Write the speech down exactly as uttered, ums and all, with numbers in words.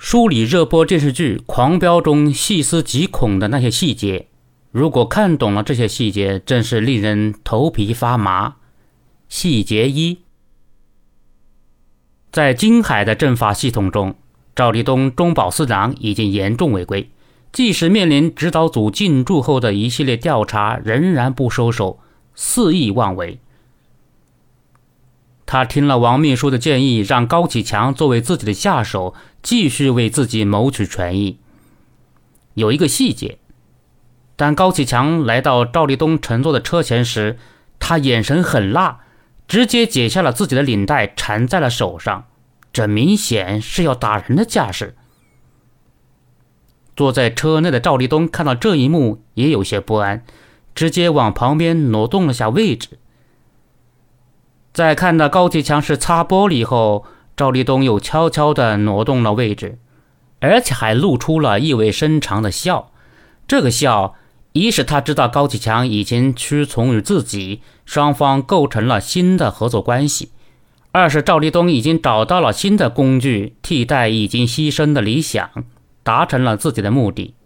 梳理热播电视剧《狂飙》中细思极恐的那些细节，如果看懂了这些细节，真是令人头皮发麻。细节一，在京海的政法系统中，赵立东中保司长已经严重违规，即使面临指导组进驻后的一系列调查，仍然不收手，肆意妄为。他听了王秘书的建议，让高启强作为自己的下手，继续为自己谋取权益。有一个细节，当高启强来到赵立东乘坐的车前时，他眼神很辣，直接解下了自己的领带缠在了手上，这明显是要打人的架势。坐在车内的赵立东看到这一幕也有些不安，直接往旁边挪动了下位置。在看到高启强是擦玻璃后，赵立东又悄悄地挪动了位置，而且还露出了意味深长的笑。这个笑，一是他知道高启强已经屈从于自己，双方构成了新的合作关系；二是赵立东已经找到了新的工具，替代已经牺牲的理想，达成了自己的目的。